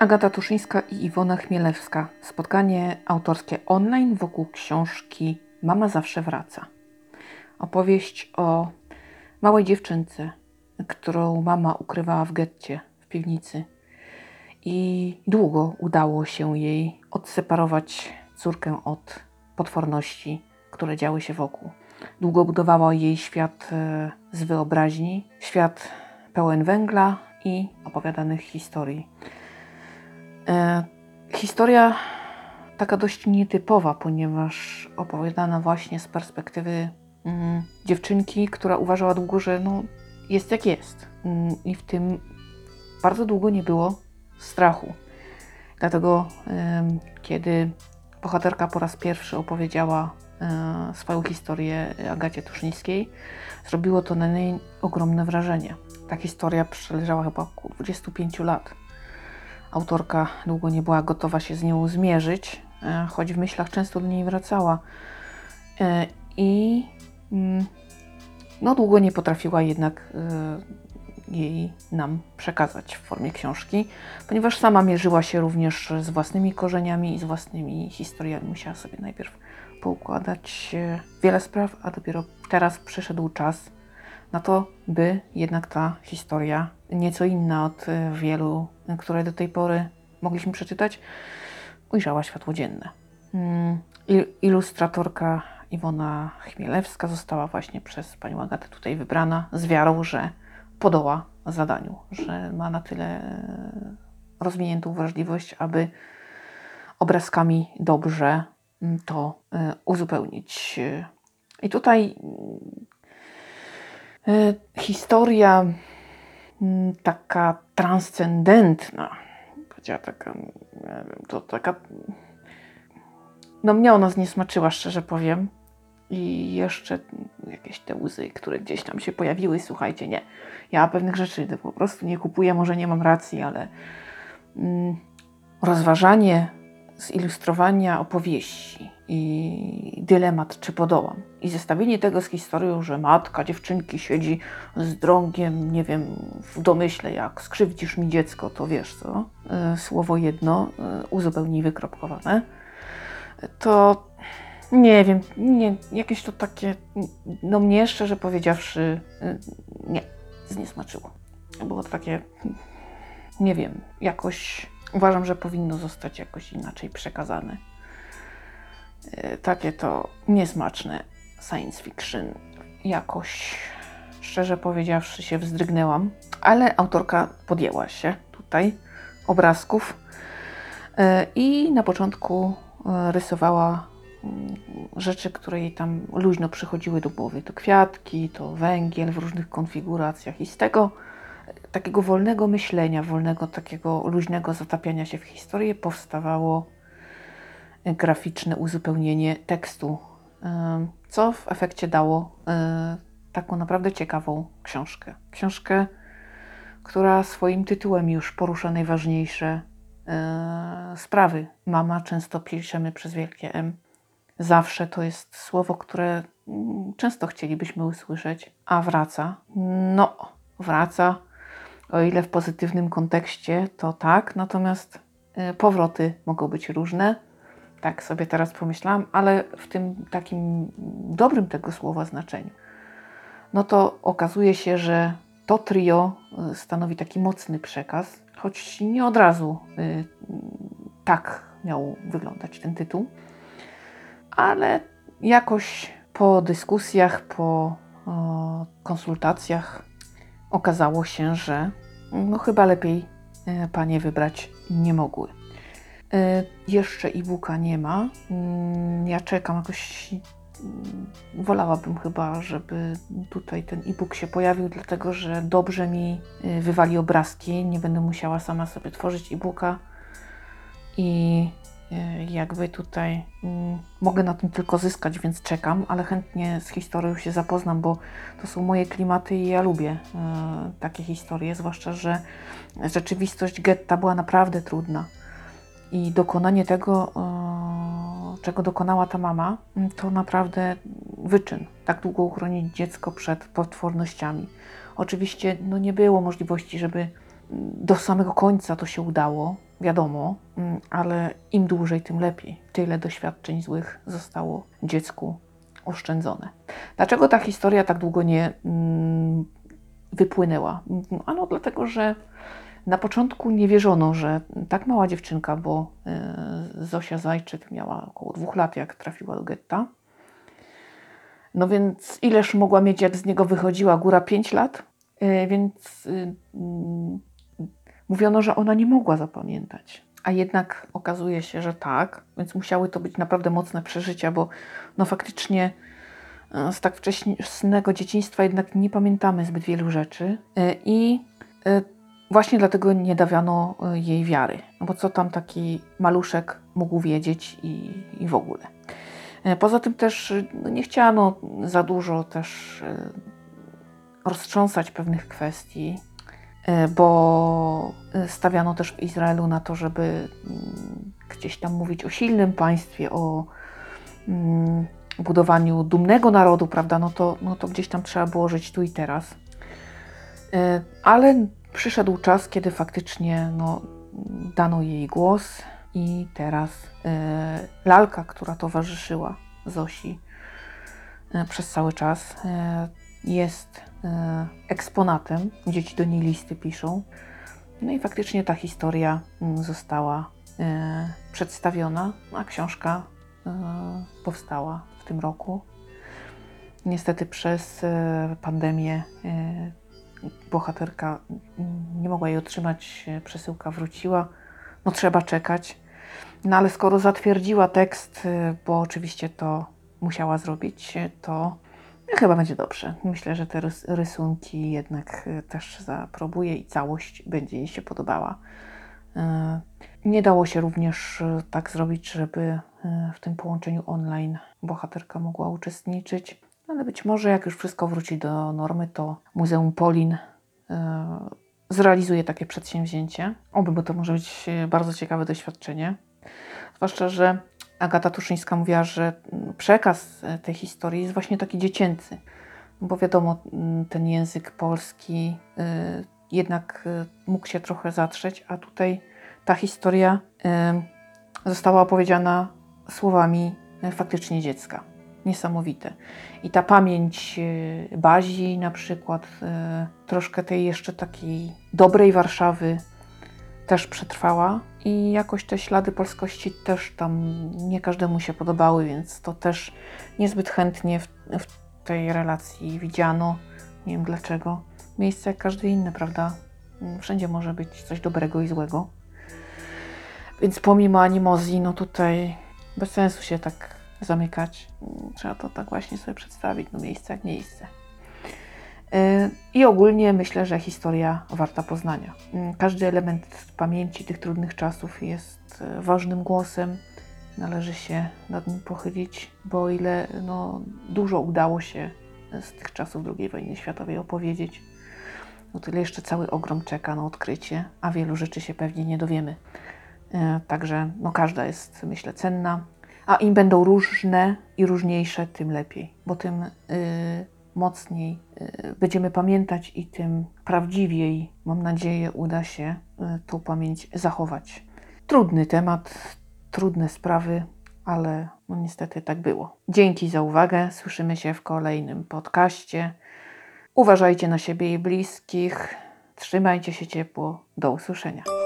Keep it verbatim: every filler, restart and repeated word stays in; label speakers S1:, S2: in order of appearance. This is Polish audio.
S1: Agata Tuszyńska i Iwona Chmielewska. Spotkanie autorskie online wokół książki Mama zawsze wraca. Opowieść o małej dziewczynce, którą mama ukrywała w getcie, w piwnicy. I długo udało się jej odseparować córkę od potworności, które działy się wokół. Długo budowała jej świat z wyobraźni, świat pełen węgla i opowiadanych historii. E, historia taka dość nietypowa, ponieważ opowiadana właśnie z perspektywy mm, dziewczynki, która uważała długo, że no, jest jak jest. Mm, I w tym bardzo długo nie było strachu. Dlatego e, kiedy bohaterka po raz pierwszy opowiedziała e, swoją historię Agacie Tuszyńskiej, zrobiło to na niej ogromne wrażenie. Ta historia przeleżała chyba około dwudziestu pięciu lat. Autorka długo nie była gotowa się z nią zmierzyć, choć w myślach często do niej wracała. I no, długo nie potrafiła jednak jej nam przekazać w formie książki, ponieważ sama mierzyła się również z własnymi korzeniami i z własnymi historiami. Musiała sobie najpierw poukładać wiele spraw, a dopiero teraz przyszedł czas na to, by jednak ta historia, nieco inna od wielu, które do tej pory mogliśmy przeczytać, ujrzała światło dzienne. Ilustratorka Iwona Chmielewska została właśnie przez panią Agatę tutaj wybrana z wiarą, że podoła zadaniu, że ma na tyle rozwiniętą wrażliwość, aby obrazkami dobrze to uzupełnić. I tutaj historia taka transcendentna, powiedziała taka, to taka, no mnie ona zniesmaczyła, szczerze powiem. I jeszcze jakieś te łzy, które gdzieś tam się pojawiły, słuchajcie, nie. Ja pewnych rzeczy po prostu nie kupuję, może nie mam racji, ale mm, rozważanie zilustrowania opowieści i dylemat, czy podołam. I zestawienie tego z historią, że matka dziewczynki siedzi z drągiem, nie wiem, w domyśle, jak skrzywdzisz mi dziecko, to wiesz co, yy, słowo jedno, yy, uzupełnij wykropkowane, to nie wiem, nie, jakieś to takie, no mnie szczerze powiedziawszy, yy, nie, zniesmaczyło. Było to takie, nie wiem, jakoś uważam, że powinno zostać jakoś inaczej przekazane. Takie to niesmaczne science fiction. Jakoś, szczerze powiedziawszy, się wzdrygnęłam, ale autorka podjęła się tutaj obrazków i na początku rysowała rzeczy, które jej tam luźno przychodziły do głowy. To kwiatki, to węgiel w różnych konfiguracjach i z tego takiego wolnego myślenia, wolnego takiego luźnego zatapiania się w historię powstawało graficzne uzupełnienie tekstu, co w efekcie dało taką naprawdę ciekawą książkę. Książkę, która swoim tytułem już porusza najważniejsze sprawy. Mama często piszemy przez wielkie M. Zawsze to jest słowo, które często chcielibyśmy usłyszeć, a wraca. No, wraca. O ile w pozytywnym kontekście, to tak, natomiast powroty mogą być różne. Tak sobie teraz pomyślałam, ale w tym takim dobrym tego słowa znaczeniu. No to okazuje się, że to trio stanowi taki mocny przekaz, choć nie od razu y, tak miał wyglądać ten tytuł, ale jakoś po dyskusjach, po o, konsultacjach okazało się, że no chyba lepiej y, panie wybrać nie mogły. Jeszcze e-booka nie ma. Ja czekam jakoś. Wolałabym chyba, żeby tutaj ten e-book się pojawił, dlatego że dobrze mi wywali obrazki. Nie będę musiała sama sobie tworzyć e-booka i jakby tutaj mogę na tym tylko zyskać, więc czekam, ale chętnie z historią się zapoznam, bo to są moje klimaty i ja lubię takie historie, zwłaszcza, że rzeczywistość getta była naprawdę trudna. I dokonanie tego, czego dokonała ta mama, to naprawdę wyczyn. Tak długo uchronić dziecko przed potwornościami. Oczywiście no, nie było możliwości, żeby do samego końca to się udało, wiadomo, ale im dłużej, tym lepiej. Tyle doświadczeń złych zostało dziecku oszczędzone. Dlaczego ta historia tak długo nie mm, wypłynęła? Ano dlatego, że na początku nie wierzono, że tak mała dziewczynka, bo y, Zosia Zajczyk miała około dwóch lat, jak trafiła do getta. No więc ileż mogła mieć, jak z niego wychodziła? Góra pięć lat? Y, więc y, y, mówiono, że ona nie mogła zapamiętać. A jednak okazuje się, że tak, więc musiały to być naprawdę mocne przeżycia, bo no faktycznie z tak wczesnego dzieciństwa jednak nie pamiętamy zbyt wielu rzeczy i właśnie dlatego nie dawiano jej wiary, no bo co tam taki maluszek mógł wiedzieć i, i w ogóle. Poza tym też no nie chciano za dużo też roztrząsać pewnych kwestii, bo stawiano też w Izraelu na to, żeby gdzieś tam mówić o silnym państwie, o budowaniu dumnego narodu, prawda, no to, no to gdzieś tam trzeba było żyć tu i teraz. Ale przyszedł czas, kiedy faktycznie no, dano jej głos i teraz lalka, która towarzyszyła Zosi przez cały czas, jest eksponatem. Dzieci do niej listy piszą. No i faktycznie ta historia została przedstawiona, a książka powstała w tym roku. Niestety przez pandemię bohaterka nie mogła jej otrzymać, przesyłka wróciła. No trzeba czekać. No ale skoro zatwierdziła tekst, bo oczywiście to musiała zrobić, to chyba będzie dobrze. Myślę, że te rysunki jednak też zaaprobuje i całość będzie jej się podobała. Nie dało się również tak zrobić, żeby w tym połączeniu online bohaterka mogła uczestniczyć, ale być może jak już wszystko wróci do normy, to Muzeum Polin zrealizuje takie przedsięwzięcie. Oby, bo to może być bardzo ciekawe doświadczenie. Zwłaszcza, że Agata Tuszyńska mówiła, że przekaz tej historii jest właśnie taki dziecięcy, bo wiadomo, ten język polski jednak mógł się trochę zatrzeć, a tutaj ta historia została opowiedziana słowami faktycznie dziecka. Niesamowite. I ta pamięć Bazi na przykład, troszkę tej jeszcze takiej dobrej Warszawy też przetrwała i jakoś te ślady polskości też tam nie każdemu się podobały, więc to też niezbyt chętnie w, w tej relacji widziano. Nie wiem dlaczego. Miejsce jak każde inne, prawda? Wszędzie może być coś dobrego i złego. Więc pomimo animozji, no tutaj bez sensu się tak zamykać. Trzeba to tak właśnie sobie przedstawić, no miejsce jak miejsce. I ogólnie myślę, że historia warta poznania. Każdy element pamięci tych trudnych czasów jest ważnym głosem. Należy się nad nim pochylić, bo o ile no, dużo udało się z tych czasów drugiej wojny światowej opowiedzieć, no tyle jeszcze cały ogrom czeka na odkrycie, a wielu rzeczy się pewnie nie dowiemy. Także no, każda jest, myślę, cenna. A im będą różne i różniejsze, tym lepiej, bo tym yy, mocniej yy, będziemy pamiętać i tym prawdziwiej, mam nadzieję, uda się yy, tą pamięć zachować. Trudny temat, trudne sprawy, ale no niestety tak było. Dzięki za uwagę, słyszymy się w kolejnym podcaście. Uważajcie na siebie i bliskich, trzymajcie się ciepło, do usłyszenia.